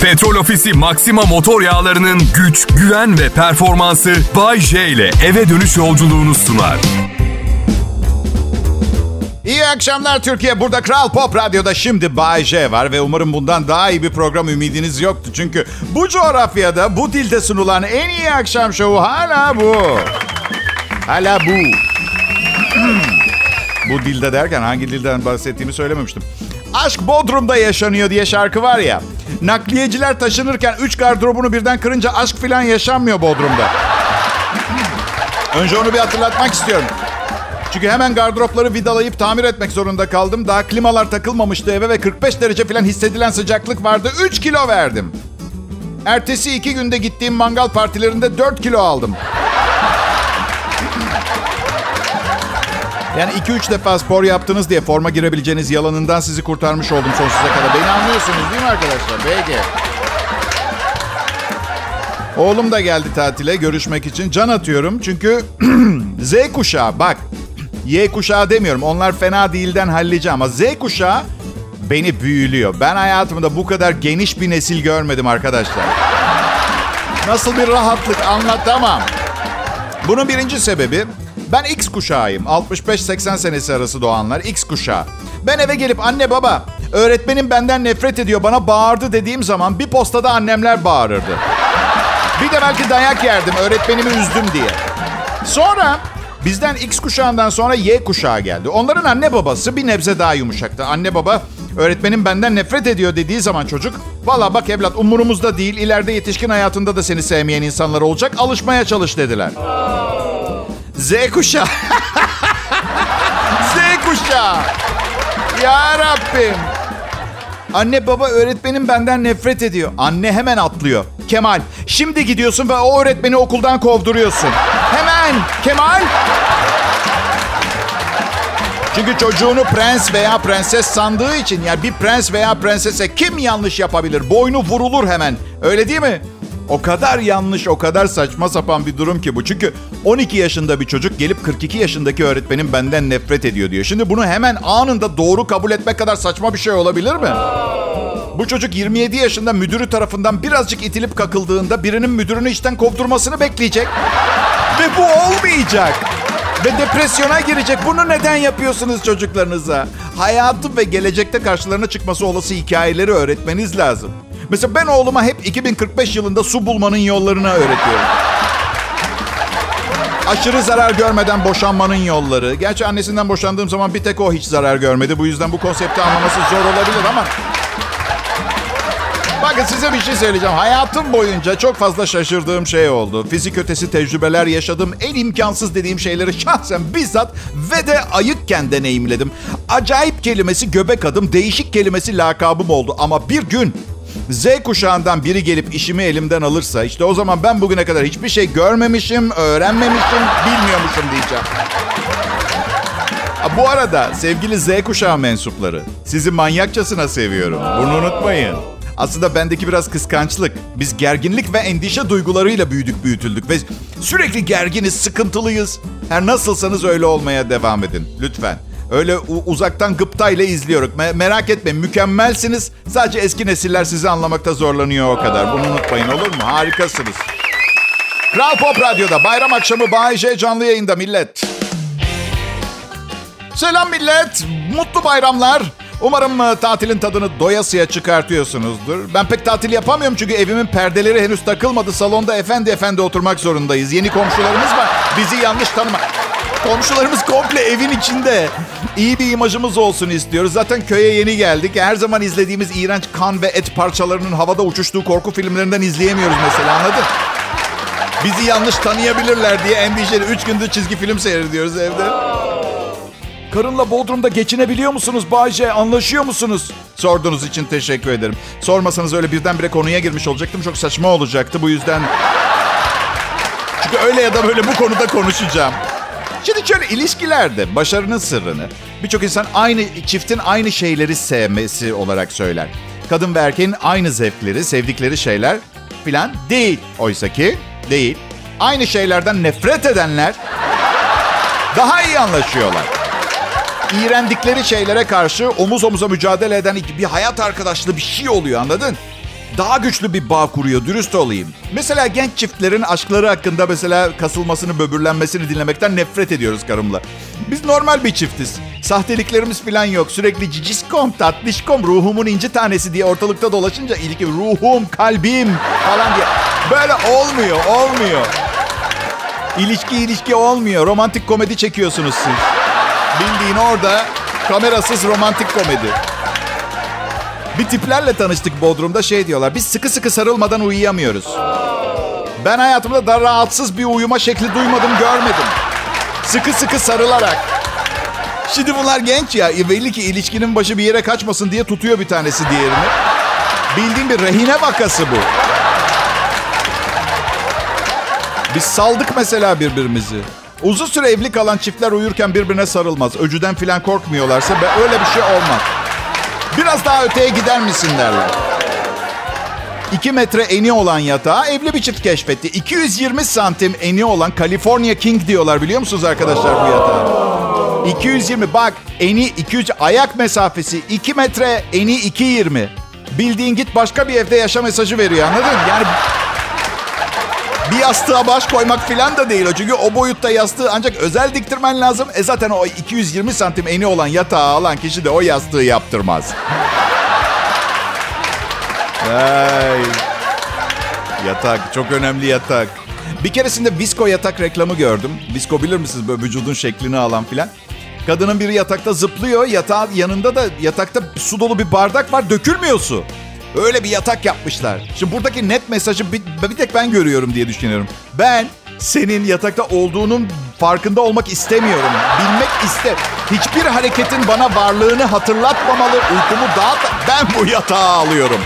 Petrol Ofisi Maxima motor yağlarının güç, güven ve performansı Bay J ile eve dönüş yolculuğunu sunar. İyi akşamlar Türkiye. Burada Kral Pop Radyo'da şimdi Bay J var ve umarım bundan daha iyi bir program ümidiniz yoktu. Çünkü bu coğrafyada bu dilde sunulan en iyi akşam şovu hala bu. Hala bu. Bu dilde derken hangi dilden bahsettiğimi söylememiştim. Aşk Bodrum'da yaşanıyor diye şarkı var ya. Nakliyeciler taşınırken 3 gardırobunu birden kırınca aşk falan yaşanmıyor Bodrum'da. Önce onu bir hatırlatmak istiyorum. Çünkü hemen gardıropları vidalayıp tamir etmek zorunda kaldım. Daha klimalar takılmamıştı eve ve 45 derece falan hissedilen sıcaklık vardı. 3 kilo verdim. Ertesi 2 günde gittiğim mangal partilerinde 4 kilo aldım. Yani 2-3 defa spor yaptınız diye forma girebileceğiniz yalanından sizi kurtarmış oldum sonsuza kadar. Beni anlıyorsunuz değil mi arkadaşlar? Peki. Oğlum da geldi tatile görüşmek için. Can atıyorum çünkü Z kuşağı bak. Y kuşağı demiyorum. Onlar fena değilden hallice ama Z kuşağı beni büyülüyor. Ben hayatımda bu kadar geniş bir nesil görmedim arkadaşlar. Nasıl bir rahatlık anlatamam. Bunun birinci sebebi ben X kuşağıyım. 65-80 senesi arası doğanlar X kuşağı. Ben eve gelip anne baba öğretmenim benden nefret ediyor bana bağırdı dediğim zaman bir postada annemler bağırırdı. Bir de belki dayak yerdim öğretmenimi üzdüm diye. Sonra bizden X kuşağından sonra Y kuşağı geldi. Onların anne babası bir nebze daha yumuşaktı. Anne baba öğretmenim benden nefret ediyor dediği zaman çocuk valla bak evlat umurumuzda değil ileride yetişkin hayatında da seni sevmeyen insanlar olacak alışmaya çalış dediler. Z kuşağı. Z kuşağı. Ya Rabbim. Anne baba öğretmenim benden nefret ediyor. Anne hemen atlıyor. Kemal şimdi gidiyorsun ve o öğretmeni okuldan kovduruyorsun. Hemen Kemal. Çünkü çocuğunu prens veya prenses sandığı için yani bir prens veya prensese kim yanlış yapabilir? Boynu vurulur hemen. Öyle değil mi? O kadar yanlış, o kadar saçma sapan bir durum ki bu. Çünkü 12 yaşında bir çocuk gelip 42 yaşındaki öğretmenim benden nefret ediyor diyor. Şimdi bunu hemen anında doğru kabul etmek kadar saçma bir şey olabilir mi? Bu çocuk 27 yaşında müdürü tarafından birazcık itilip kakıldığında birinin müdürünü işten kovdurmasını bekleyecek. Ve bu olmayacak. Ve depresyona girecek. Bunu neden yapıyorsunuz çocuklarınıza? Hayatı ve gelecekte karşılarına çıkması olası hikayeleri öğretmeniz lazım. Mesela ben oğluma hep 2045 yılında su bulmanın yollarını öğretiyorum. Aşırı zarar görmeden boşanmanın yolları. Gerçi annesinden boşandığım zaman bir tek o hiç zarar görmedi. Bu yüzden bu konsepti anlaması zor olabilir ama... Bakın size bir şey söyleyeceğim. Hayatım boyunca çok fazla şaşırdığım şey oldu. Fizik ötesi tecrübeler yaşadım. En imkansız dediğim şeyleri şahsen bizzat ve de ayıkken deneyimledim. Acayip kelimesi göbek adım, değişik kelimesi lakabım oldu. Ama bir gün Z kuşağından biri gelip işimi elimden alırsa... işte o zaman ben bugüne kadar hiçbir şey görmemişim, öğrenmemişim, bilmiyormuşum diyeceğim. Bu arada sevgili Z kuşağı mensupları, sizi manyakçasına seviyorum. Bunu unutmayın. Aslında bendeki biraz kıskançlık. Biz gerginlik ve endişe duygularıyla büyütüldük ve sürekli gerginiz, sıkıntılıyız. Her nasılsanız öyle olmaya devam edin. Lütfen. Öyle uzaktan gıptayla izliyoruz. Merak etmeyin, mükemmelsiniz. Sadece eski nesiller sizi anlamakta zorlanıyor o kadar. Bunu unutmayın, olur mu? Harikasınız. Kral Pop Radyo'da bayram akşamı Bay J canlı yayında millet. Selam millet. Mutlu bayramlar. Umarım tatilin tadını doyasıya çıkartıyorsunuzdur. Ben pek tatil yapamıyorum çünkü evimin perdeleri henüz takılmadı. Salonda efendi oturmak zorundayız. Yeni komşularımız var. Bizi yanlış tanıma. Komşularımız komple evin içinde. İyi bir imajımız olsun istiyoruz. Zaten köye yeni geldik. Her zaman izlediğimiz iğrenç kan ve et parçalarının havada uçuştuğu korku filmlerinden izleyemiyoruz mesela, anladın? Bizi yanlış tanıyabilirler diye endişeli 3 gündür çizgi film seyrediyoruz evde. Karınla Bodrum'da geçinebiliyor musunuz Bay J? Anlaşıyor musunuz? Sorduğunuz için teşekkür ederim. Sormasanız öyle birdenbire konuya girmiş olacaktım. Çok saçma olacaktı bu yüzden. Çünkü öyle ya da böyle bu konuda konuşacağım. Şimdi şöyle ilişkilerde başarının sırrını birçok insan çiftin aynı şeyleri sevmesi olarak söyler. Kadın ve erkeğin aynı zevkleri, sevdikleri şeyler filan değil. Oysaki değil. Aynı şeylerden nefret edenler daha iyi anlaşıyorlar. İğrendikleri şeylere karşı omuz omuza mücadele eden bir hayat arkadaşlığı bir şey oluyor, anladın? daha güçlü bir bağ kuruyor, dürüst olayım. Mesela genç çiftlerin aşkları hakkında mesela kasılmasını, böbürlenmesini dinlemekten nefret ediyoruz karımla. Biz normal bir çiftiz. Sahteliklerimiz falan yok. Sürekli ciciskom, tatlışkom, ruhumun inci tanesi diye ortalıkta dolaşınca ilgi, ruhum, kalbim falan diye. Böyle olmuyor. İlişki olmuyor. Romantik komedi çekiyorsunuz siz. Bildiğin orada kamerasız romantik komedi. Bir tiplerle tanıştık Bodrum'da, şey diyorlar. Biz sıkı sıkı sarılmadan uyuyamıyoruz. Ben hayatımda da rahatsız bir uyuma şekli duymadım, görmedim. Sıkı sıkı sarılarak. Şimdi bunlar genç ya. Belli ki ilişkinin başı bir yere kaçmasın diye tutuyor bir tanesi diğerini. Bildiğin bir rehine vakası bu. Biz saldık mesela birbirimizi. Uzun süre evli kalan çiftler uyurken birbirine sarılmaz. Öcüden falan korkmuyorlarsa öyle bir şey olmaz. Biraz daha öteye gider misin derler. 2 metre eni olan yatağı evli bir çift keşfetti. 220 santim eni olan California King diyorlar, biliyor musunuz arkadaşlar bu yatağı? 220, bak eni 200, ayak mesafesi 2 metre, eni 2.20. Bildiğin git başka bir evde yaşa mesajı veriyor, anladın mı? Yani bir yastığa baş koymak falan da değil o. Çünkü o boyutta yastığı ancak özel diktirmen lazım. Zaten o 220 santim eni olan yatağı alan kişi de o yastığı yaptırmaz. Ay. Yatak, çok önemli yatak. Bir keresinde Visco yatak reklamı gördüm. Visco bilir misiniz, böyle vücudun şeklini alan filan. Kadının biri yatakta zıplıyor. Yatağın yanında da yatakta su dolu bir bardak var. Dökülmüyor su. Öyle bir yatak yapmışlar. Şimdi buradaki net mesajı bir tek ben görüyorum diye düşünüyorum. Ben senin yatakta olduğunun farkında olmak istemiyorum. Bilmek hiçbir hareketin bana varlığını hatırlatmamalı. Uykumu ben bu yatağa alıyorum.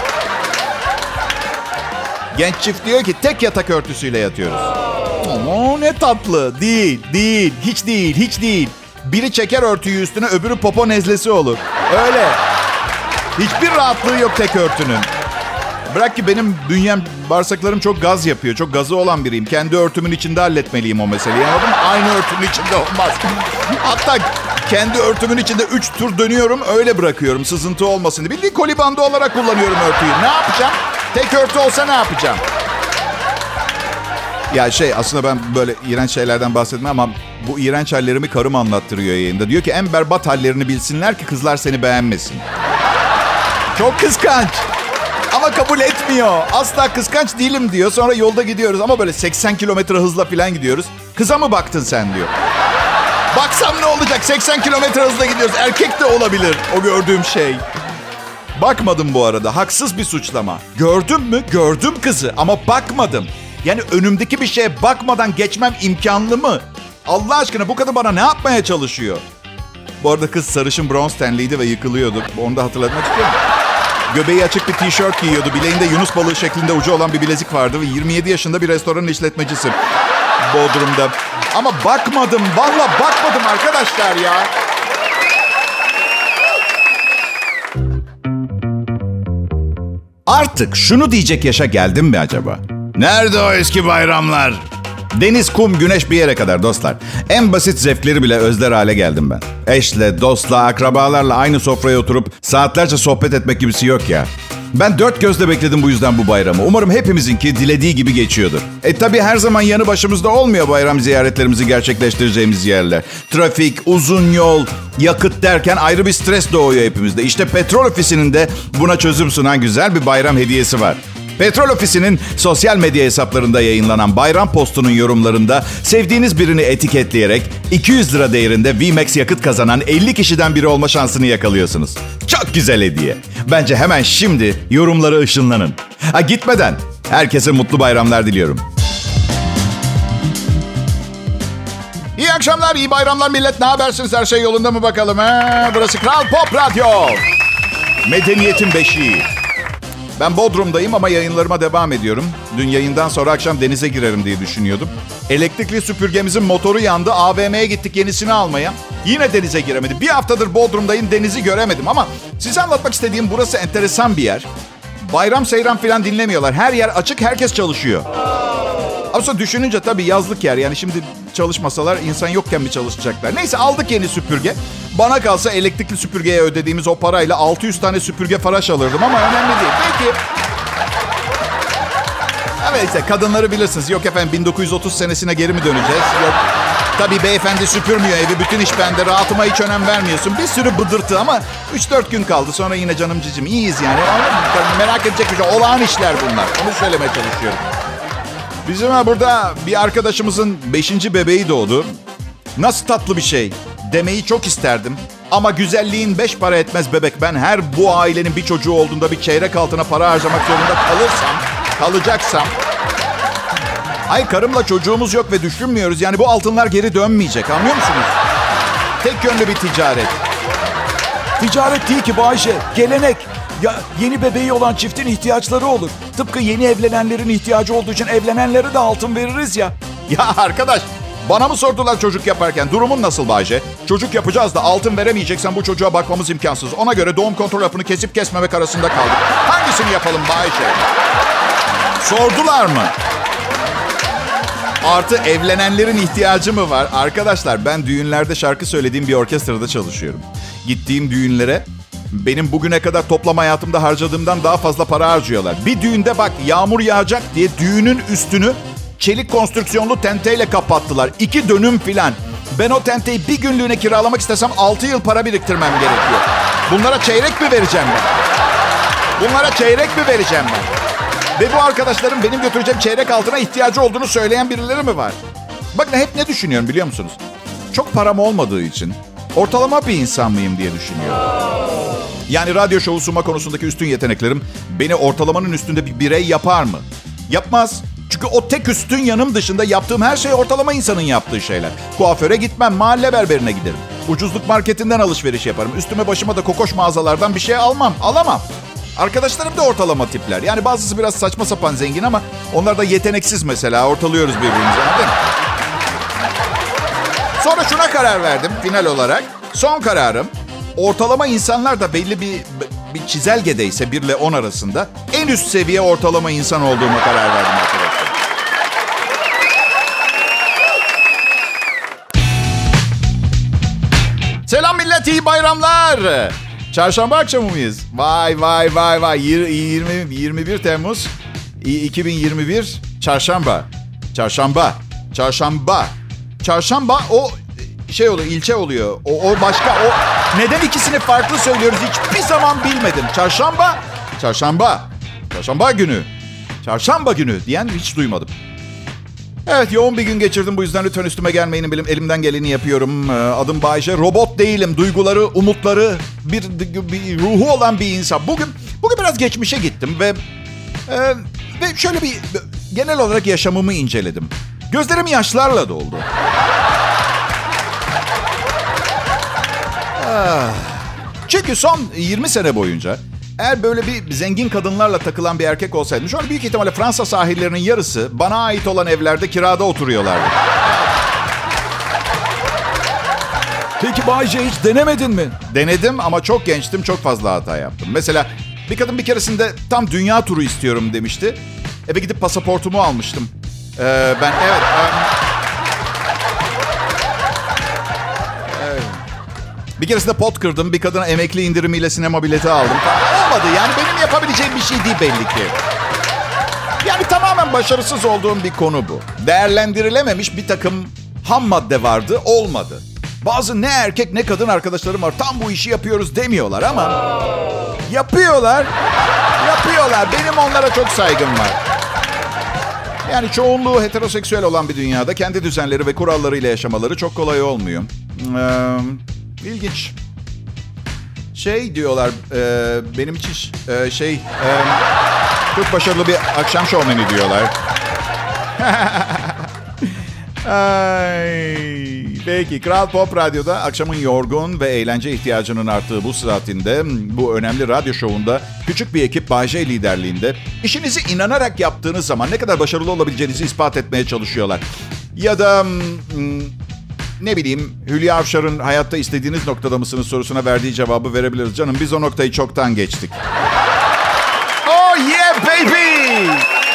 Genç çift diyor ki tek yatak örtüsüyle yatıyoruz. Ama ne tatlı. Değil. Hiç değil. Biri çeker örtüyü üstüne, öbürü popo nezlesi olur. Öyle. Hiçbir rahatlığı yok tek örtünün. Bırak ki benim bünyem, bağırsaklarım çok gaz yapıyor. Çok gazı olan biriyim. Kendi örtümün içinde halletmeliyim o meseleyi. Anladın mı? Aynı örtünün içinde olmaz. Hatta kendi örtümün içinde 3 tur dönüyorum. Öyle bırakıyorum sızıntı olmasın diye. Bildiğin koli bandı olarak kullanıyorum örtüyü. Ne yapacağım? Tek örtü olsa ne yapacağım? Ya aslında ben böyle iğrenç şeylerden bahsetmem ama bu iğrenç hallerimi karım anlattırıyor yayında. Diyor ki en berbat hallerini bilsinler ki kızlar seni beğenmesin. Çok kıskanç. Ama kabul etmiyor. Asla kıskanç değilim diyor. Sonra yolda gidiyoruz ama böyle 80 kilometre hızla falan gidiyoruz. Kıza mı baktın sen diyor. Baksam ne olacak? 80 kilometre hızla gidiyoruz. Erkek de olabilir o gördüğüm şey. Bakmadım bu arada. Haksız bir suçlama. Gördüm mü? Gördüm kızı ama bakmadım. Yani önümdeki bir şeye bakmadan geçmem imkanlı mı? Allah aşkına bu kadın bana ne yapmaya çalışıyor? Bu arada kız sarışın bronz tenliydi ve yıkılıyordu. Onu da hatırlatmak istiyorum. Göbeği açık bir tişört giyiyordu. Bileğinde yunus balığı şeklinde ucu olan bir bilezik vardı. Ve 27 yaşında bir restoranın işletmecisi. Bodrum'da. Ama bakmadım. Vallahi bakmadım arkadaşlar ya. Artık şunu diyecek yaşa geldim mi acaba? Nerede o eski bayramlar? Deniz, kum, güneş bir yere kadar dostlar. En basit zevkleri bile özler hale geldim ben. Eşle, dostla, akrabalarla aynı sofraya oturup saatlerce sohbet etmek gibisi yok ya. Ben 4 gözle bekledim bu yüzden bu bayramı. Umarım hepimizinki dilediği gibi geçiyordur. Tabii her zaman yanı başımızda olmuyor bayram ziyaretlerimizi gerçekleştireceğimiz yerler. Trafik, uzun yol, yakıt derken ayrı bir stres doğuyor hepimizde. İşte Petrol Ofisi'nin de buna çözüm sunan güzel bir bayram hediyesi var. Petrol Ofisi'nin sosyal medya hesaplarında yayınlanan bayram postunun yorumlarında sevdiğiniz birini etiketleyerek 200 lira değerinde VMAX yakıt kazanan 50 kişiden biri olma şansını yakalıyorsunuz. Çok güzel hediye. Bence hemen şimdi yorumları ışınlanın. Gitmeden herkese mutlu bayramlar diliyorum. İyi akşamlar, iyi bayramlar millet. Ne habersiniz? Her şey yolunda mı bakalım? Burası Kral Pop Radyo. Medeniyetin beşiği. Ben Bodrum'dayım ama yayınlarıma devam ediyorum. Dün yayından sonra akşam denize girerim diye düşünüyordum. Elektrikli süpürgemizin motoru yandı. AVM'ye gittik yenisini almaya. Yine denize giremedim. Bir haftadır Bodrum'dayım, denizi göremedim. Ama size anlatmak istediğim burası enteresan bir yer. Bayram seyran falan dinlemiyorlar. Her yer açık, herkes çalışıyor. Aslında düşününce tabii yazlık yer. Yani şimdi çalışmasalar insan yokken mi çalışacaklar? Neyse aldık yeni süpürge. Bana kalsa elektrikli süpürgeye ödediğimiz o parayla 600 tane süpürge faraş alırdım ama önemli değil. Peki Evet işte kadınları bilirsiniz. Yok efendim 1930 senesine geri mi döneceğiz? Yok. Tabii beyefendi süpürmüyor evi. Bütün iş bende. Rahatıma hiç önem vermiyorsun. Bir sürü bıdırtı ama 3-4 gün kaldı. Sonra yine canım cicim. İyiyiz yani. Merak edecek bir şey. Olağan işler bunlar. Onu söylemeye çalışıyorum. Bizim burada bir arkadaşımızın 5. bebeği doğdu. Nasıl tatlı bir şey. Demeyi çok isterdim. Ama güzelliğin 5 para etmez bebek. Ben her bu ailenin bir çocuğu olduğunda bir çeyrek altına para harcamak zorunda kalacaksam. Hayır, karımla çocuğumuz yok ve düşünmüyoruz. Yani bu altınlar geri dönmeyecek, anlıyor musunuz? Tek yönlü bir ticaret. Ticaret değil ki Bayşe, gelenek. Ya yeni bebeği olan çiftin ihtiyaçları olur. Tıpkı yeni evlenenlerin ihtiyacı olduğu için evlenenlere de altın veririz ya. Ya arkadaş, bana mı sordular çocuk yaparken? Durumun nasıl Bayce? Çocuk yapacağız da altın veremeyeceksen bu çocuğa bakmamız imkansız. Ona göre doğum kontrol hapını kesip kesmemek arasında kaldık. Hangisini yapalım Bayce? Sordular mı? Artı evlenenlerin ihtiyacı mı var? Arkadaşlar, ben düğünlerde şarkı söylediğim bir orkestrada çalışıyorum. Gittiğim düğünlere benim bugüne kadar toplam hayatımda harcadığımdan daha fazla para harcıyorlar. Bir düğünde bak yağmur yağacak diye düğünün üstünü çelik konstrüksiyonlu tenteyle kapattılar. 2 dönüm filan. Ben o tenteyi bir günlüğüne kiralamak istesem 6 yıl para biriktirmem gerekiyor. Bunlara çeyrek mi vereceğim ben? Bunlara çeyrek mi vereceğim ben? Ve bu arkadaşlarım benim götüreceğim çeyrek altına ihtiyacı olduğunu söyleyen birileri mi var? Bakın hep ne düşünüyorum biliyor musunuz? Çok param olmadığı için ortalama bir insan mıyım diye düşünüyorum. Yani radyo şovu sunma konusundaki üstün yeteneklerim beni ortalamanın üstünde bir birey yapar mı? Yapmaz. Çünkü o tek üstün yanım dışında yaptığım her şey ortalama insanın yaptığı şeyler. Kuaföre gitmem, mahalle berberine giderim. Ucuzluk marketinden alışveriş yaparım. Üstüme başıma da kokoş mağazalardan bir şey alamam. Arkadaşlarım da ortalama tipler. Yani bazısı biraz saçma sapan zengin ama onlar da yeteneksiz mesela. Ortalıyoruz birbirimizi. Anladın mı? Sonra şuna karar verdim final olarak. Son kararım. Ortalama insanlar da belli bir çizelgedeyse 1 ile 10 arasında en üst seviye ortalama insan olduğuma karar verdim arkadaşlar. Selam millet, iyi bayramlar. Çarşamba akşamı mıyız? Vay. 21 Temmuz 2021 Çarşamba. Çarşamba o şey oluyor, ilçe oluyor. O başka. O neden ikisini farklı söylüyoruz hiçbir zaman bilmedim. Çarşamba günü diyen hiç duymadım. Evet, yoğun bir gün geçirdim. Bu yüzden lütfen üstüme gelmeyin. Elimden geleni yapıyorum. Adım Bayşe. Robot değilim. Duyguları, umutları, bir ruhu olan bir insan. Bugün biraz geçmişe gittim ve şöyle bir genel olarak yaşamımı inceledim. Gözlerim yaşlarla doldu. Çünkü son 20 sene boyunca eğer böyle bir zengin kadınlarla takılan bir erkek olsaydım, şu an büyük ihtimalle Fransa sahillerinin yarısı bana ait olan evlerde kirada oturuyorlardı. Peki Bayce, hiç denemedin mi? Denedim ama çok gençtim, çok fazla hata yaptım. Mesela bir kadın bir keresinde tam dünya turu istiyorum demişti. Eve gidip pasaportumu almıştım. Bir keresinde pot kırdım. Bir kadına emekli indirimiyle sinema bileti aldım. Olmadı yani, benim yapabileceğim bir şey değil belli ki. Yani tamamen başarısız olduğum bir konu bu. Değerlendirilememiş bir takım ham madde vardı, olmadı. Bazı ne erkek ne kadın arkadaşlarım var. Tam bu işi yapıyoruz demiyorlar ama yapıyorlar. Benim onlara çok saygım var. Yani çoğunluğu heteroseksüel olan bir dünyada kendi düzenleri ve kurallarıyla yaşamaları çok kolay olmuyor. İlginç. Şey diyorlar, benim için çok başarılı bir akşam şovmeni diyorlar. Peki, Kral Pop Radyo'da akşamın yorgun ve eğlence ihtiyacının arttığı bu saatinde, bu önemli radyo şovunda küçük bir ekip Bay J liderliğinde işinizi inanarak yaptığınız zaman ne kadar başarılı olabileceğinizi ispat etmeye çalışıyorlar. Ya da ne bileyim, Hülya Avşar'ın hayatta istediğiniz noktada mısınız sorusuna verdiği cevabı verebiliriz. Canım, biz o noktayı çoktan geçtik. Oh yeah baby!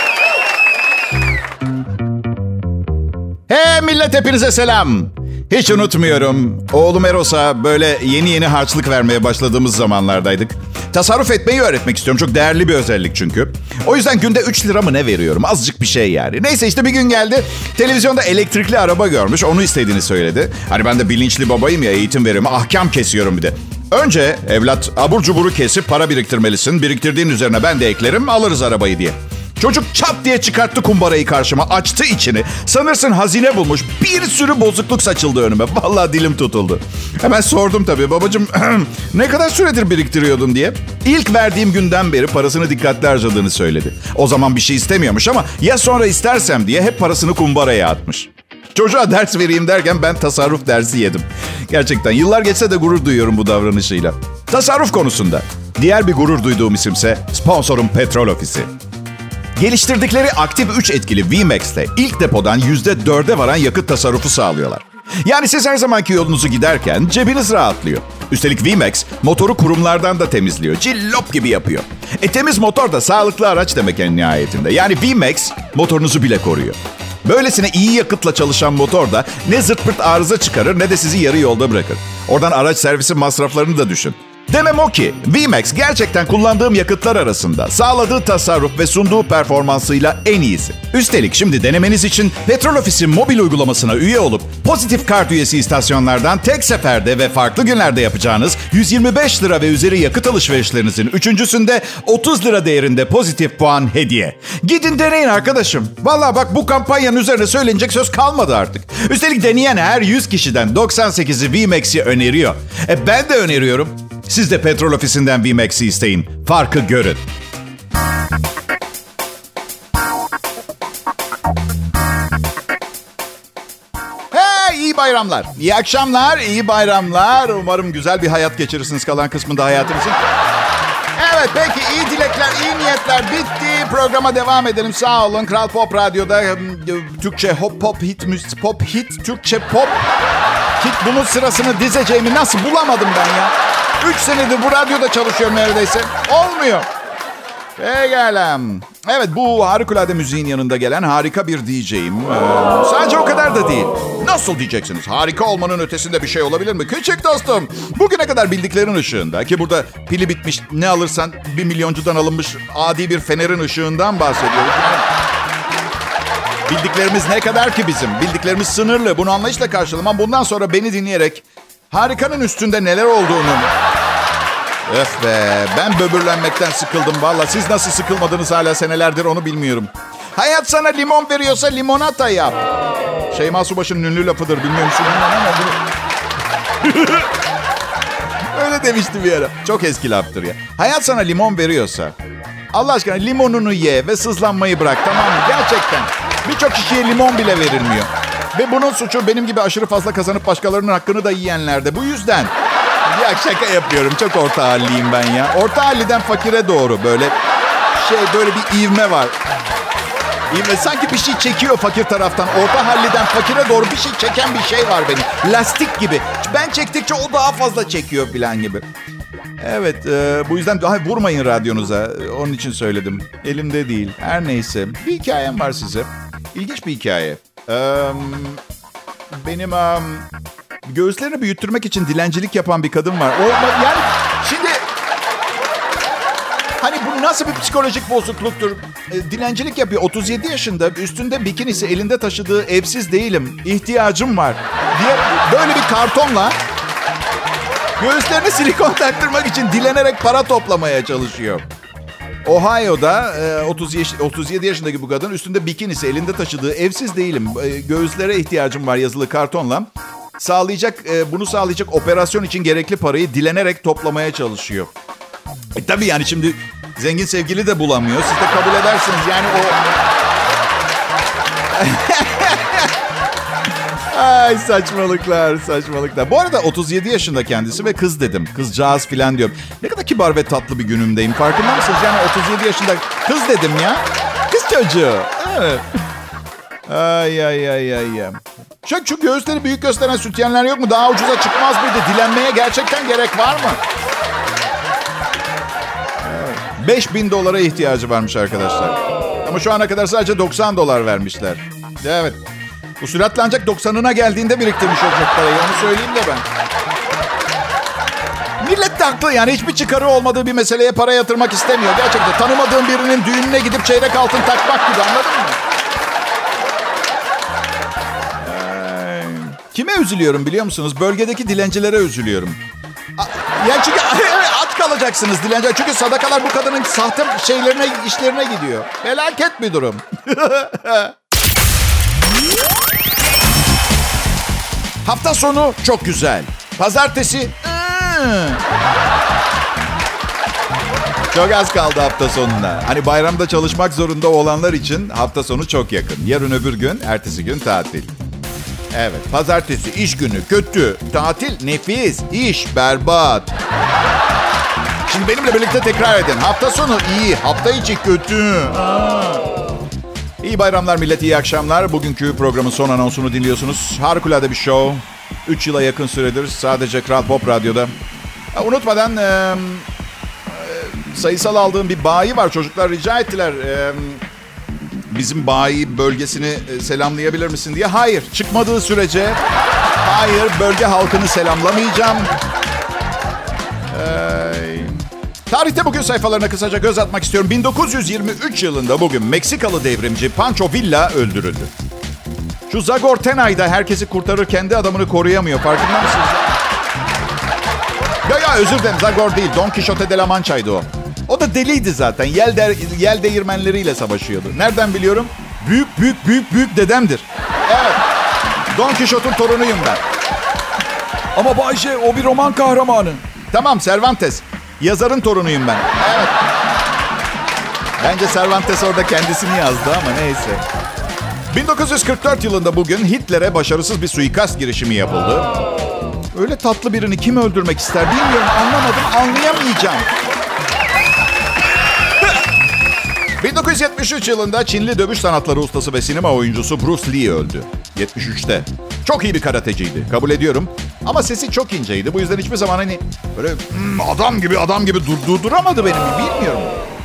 Hey millet, hepinize selam. Hiç unutmuyorum. Oğlum Eros'a böyle yeni harçlık vermeye başladığımız zamanlardaydık. Tasarruf etmeyi öğretmek istiyorum. Çok değerli bir özellik çünkü. O yüzden günde 3 lira mı ne veriyorum? Azıcık bir şey yani. Neyse işte bir gün geldi. Televizyonda elektrikli araba görmüş. Onu istediğini söyledi. Hani ben de bilinçli babayım ya, eğitim veriyorum. Ahkam kesiyorum bir de. Önce evlat abur cuburu kesip para biriktirmelisin. Biriktirdiğin üzerine ben de eklerim, alırız arabayı diye. Çocuk çat diye çıkarttı kumbarayı karşıma. Açtı içini. Sanırsın hazine bulmuş. Bir sürü bozukluk saçıldı önüme. Vallahi dilim tutuldu. Hemen sordum tabii. Babacığım ne kadar süredir biriktiriyordun diye. İlk verdiğim günden beri parasını dikkatli harcadığını söyledi. O zaman bir şey istemiyormuş ama ya sonra istersem diye hep parasını kumbaraya atmış. Çocuğa ders vereyim derken ben tasarruf dersi yedim. Gerçekten yıllar geçse de gurur duyuyorum bu davranışıyla. Tasarruf konusunda. Diğer bir gurur duyduğum isimse sponsorum Petrol Ofisi. Geliştirdikleri aktif 3 etkili VMAX'te ilk depodan %4'e varan yakıt tasarrufu sağlıyorlar. Yani siz her zamanki yolunuzu giderken cebiniz rahatlıyor. Üstelik VMAX motoru kurumlardan da temizliyor. Cillop gibi yapıyor. Temiz motor da sağlıklı araç demek en nihayetinde. Yani VMAX motorunuzu bile koruyor. Böylesine iyi yakıtla çalışan motor da ne zırt pırt arıza çıkarır ne de sizi yarı yolda bırakır. Oradan araç servisi masraflarını da düşün. Demem o ki VMAX gerçekten kullandığım yakıtlar arasında sağladığı tasarruf ve sunduğu performansıyla en iyisi. Üstelik şimdi denemeniz için Petrol Ofisi mobil uygulamasına üye olup pozitif kart üyesi istasyonlardan tek seferde ve farklı günlerde yapacağınız 125 lira ve üzeri yakıt alışverişlerinizin üçüncüsünde 30 lira değerinde pozitif puan hediye. Gidin deneyin arkadaşım. Vallahi bak bu kampanyanın üzerine söylenecek söz kalmadı artık. Üstelik deneyen her 100 kişiden 98'i VMAX'i öneriyor. Ben de öneriyorum. Siz de Petrol Ofisi'nden VMAX'i isteyin. Farkı görün. Hey, iyi bayramlar. İyi akşamlar, iyi bayramlar. Umarım güzel bir hayat geçirirsiniz kalan kısmında hayatınızın. Evet, peki iyi dilekler, iyi niyetler bitti. Programa devam edelim. Sağ olun. Kral Pop Radyo'da Türkçe pop hit, Türkçe pop hit. Bunun sırasını dizeceğimi nasıl bulamadım ben ya? 3 senedir bu radyoda çalışıyorum neredeyse. Olmuyor. Pekala. Evet, bu harikulade müziğin yanında gelen harika bir DJ'yim. Sadece o kadar da değil. Nasıl diyeceksiniz? Harika olmanın ötesinde bir şey olabilir mi? Küçük dostum. Bugüne kadar bildiklerin ışığında ki burada pili bitmiş ne alırsan 1 milyoncudan alınmış adi bir fenerin ışığından bahsediyoruz. Yani bildiklerimiz ne kadar ki bizim? Bildiklerimiz sınırlı. Bunu anlayışla karşılamam. Bundan sonra beni dinleyerek harikanın üstünde neler olduğunu... Öf be, ben böbürlenmekten sıkıldım valla. Siz nasıl sıkılmadınız hala senelerdir onu bilmiyorum. Hayat sana limon veriyorsa limonata yap. Şeyma Subaşı'nın ünlü lafıdır, bilmiyorum şu ama bunu... Öyle demişti bir ara. Çok eski laftır ya. Hayat sana limon veriyorsa Allah aşkına limonunu ye ve sızlanmayı bırak, tamam mı? Gerçekten. Birçok kişiye limon bile verilmiyor. Ve bunun suçu benim gibi aşırı fazla kazanıp başkalarının hakkını da yiyenlerde. Bu yüzden... Ya şaka yapıyorum. Çok orta halliyim ben ya. Orta halliden fakire doğru böyle bir ivme var. İvme sanki bir şey çekiyor fakir taraftan. Orta halliden fakire doğru bir şey çeken bir şey var benim. Lastik gibi. Ben çektikçe o daha fazla çekiyor falan gibi. Evet, bu yüzden vurmayın radyonuza. Onun için söyledim. Elimde değil. Her neyse. Bir hikayem var size. İlginç bir hikaye. Benim... Göğüslerini büyüttürmek için dilencilik yapan bir kadın var. Yani şimdi... Hani bu nasıl bir psikolojik bozukluktur? Dilencilik yapıyor. 37 yaşında, üstünde bikinisi, elinde taşıdığı evsiz değilim, ihtiyacım var diye böyle bir kartonla göğüslerine silikon taktırmak için dilenerek para toplamaya çalışıyor. Ohio'da 37 yaşındaki bu kadın üstünde bikinisi, elinde taşıdığı evsiz değilim, göğüslere ihtiyacım var yazılı kartonla bunu sağlayacak operasyon için gerekli parayı dilenerek toplamaya çalışıyor. Tabii yani şimdi zengin sevgili de bulamıyor. Siz de kabul edersiniz yani o... Ay saçmalıklar. Bu arada 37 yaşında kendisi ve kız dedim. Kızcağız falan diyorum. Ne kadar kibar ve tatlı bir günümdeyim. Farkında mısınız? Yani 37 yaşında kız dedim ya. Kız çocuğu. Evet. Ay. Şu göğüsleri büyük gösteren sütyenler yok mu? Daha ucuza çıkmaz mıydı? Dilenmeye gerçekten gerek var mı? Evet. $5,000 ihtiyacı varmış arkadaşlar. Ama şu ana kadar sadece $90 vermişler. Evet. Bu süratle ancak 90'ına geldiğinde biriktirmiş olacak parayı. Onu söyleyeyim de ben. Millet de haklı yani, hiçbir çıkarı olmadığı bir meseleye para yatırmak istemiyor. Gerçekten tanımadığın birinin düğününe gidip çeyrek altın takmak gibi, anladın mı? Kime üzülüyorum biliyor musunuz? Bölgedeki dilencilere üzülüyorum. Yani çünkü aç kalacaksınız dilenci. Çünkü sadakalar bu kadının sahte işlerine gidiyor. Felaket bir durum. Hafta sonu çok güzel. Pazartesi çok az kaldı hafta sonuna. Hani bayramda çalışmak zorunda olanlar için hafta sonu çok yakın. Yarın öbür gün, ertesi gün tatil. Evet, pazartesi iş günü kötü. Tatil nefis, iş berbat. Şimdi benimle birlikte tekrar edin. Hafta sonu iyi, hafta içi kötü. İyi bayramlar millet, iyi akşamlar. Bugünkü programın son anonsunu dinliyorsunuz. Harikulade bir show. 3 yıla yakın süredir sadece Kral Pop Radyo'da. Unutmadan sayısal aldığım bir bayi var. Çocuklar rica ettiler. Bizim bayi bölgesini selamlayabilir misin diye. Hayır, çıkmadığı sürece hayır, bölge halkını selamlamayacağım. Tarihte bugün sayfalarına kısaca göz atmak istiyorum. 1923 yılında bugün Meksikalı devrimci Pancho Villa öldürüldü. Şu Zagor Tenay'da herkesi kurtarır, kendi adamını koruyamıyor. Farkında mısınız? Ya özür dilerim, Zagor değil. Don Quixote de la Mancha'ydı o. O da deliydi zaten. Yel değirmenleriyle savaşıyordu. Nereden biliyorum? Büyük dedemdir. Evet. Don Quixote'un torunuyum ben. Ama Bayşe, o bir roman kahramanı. Tamam, Cervantes. Yazarın torunuyum ben. Evet. Bence Cervantes orada kendisini yazdı ama neyse. 1944 yılında bugün Hitler'e başarısız bir suikast girişimi yapıldı. Öyle tatlı birini kim öldürmek ister bilmiyorum, anlamadım, anlayamayacağım. 1973 yılında Çinli dövüş sanatları ustası ve sinema oyuncusu Bruce Lee öldü. 73'te. Çok iyi bir karateciydi, kabul ediyorum. Ama sesi çok inceydi. Bu yüzden hiçbir zaman hani böyle adam gibi durduramadı beni. Bilmiyorum.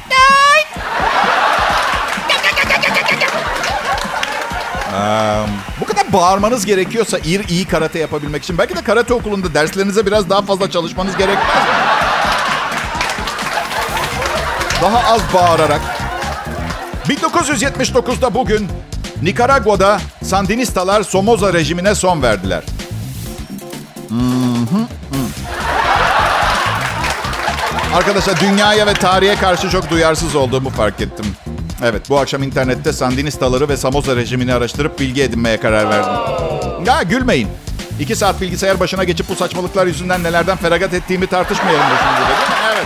Bu kadar bağırmanız gerekiyorsa iyi karate yapabilmek için belki de karate okulunda derslerinize biraz daha fazla çalışmanız gerekmez mi? Daha az bağırarak. 1979'da bugün Nikaragua'da Sandinistalar Somoza rejimine son verdiler. Arkadaşlar, dünyaya ve tarihe karşı çok duyarsız olduğumu fark ettim. Evet, bu akşam internette Sandinistaları ve Somoza rejimini araştırıp bilgi edinmeye karar verdim. Ya gülmeyin. 2 saat bilgisayar başına geçip bu saçmalıklar yüzünden nelerden feragat ettiğimi tartışmayalım da şimdi, değil mi? Evet.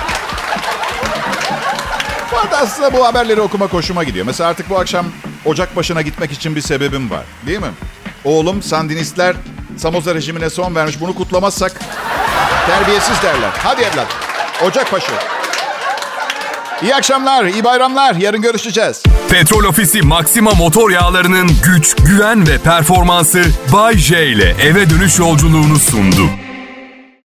Bu arada aslında bu haberleri okumak hoşuma gidiyor. Mesela artık bu akşam ocak başına gitmek için bir sebebim var. Değil mi? Oğlum, Sandinistler Somoza rejimine son vermiş. Bunu kutlamazsak terbiyesiz derler. Hadi evlat. Ocakbaşı. İyi akşamlar, iyi bayramlar. Yarın görüşeceğiz. Petrol Ofisi Maxima motor yağlarının güç, güven ve performansı Bay J ile eve dönüş yolculuğunu sundu.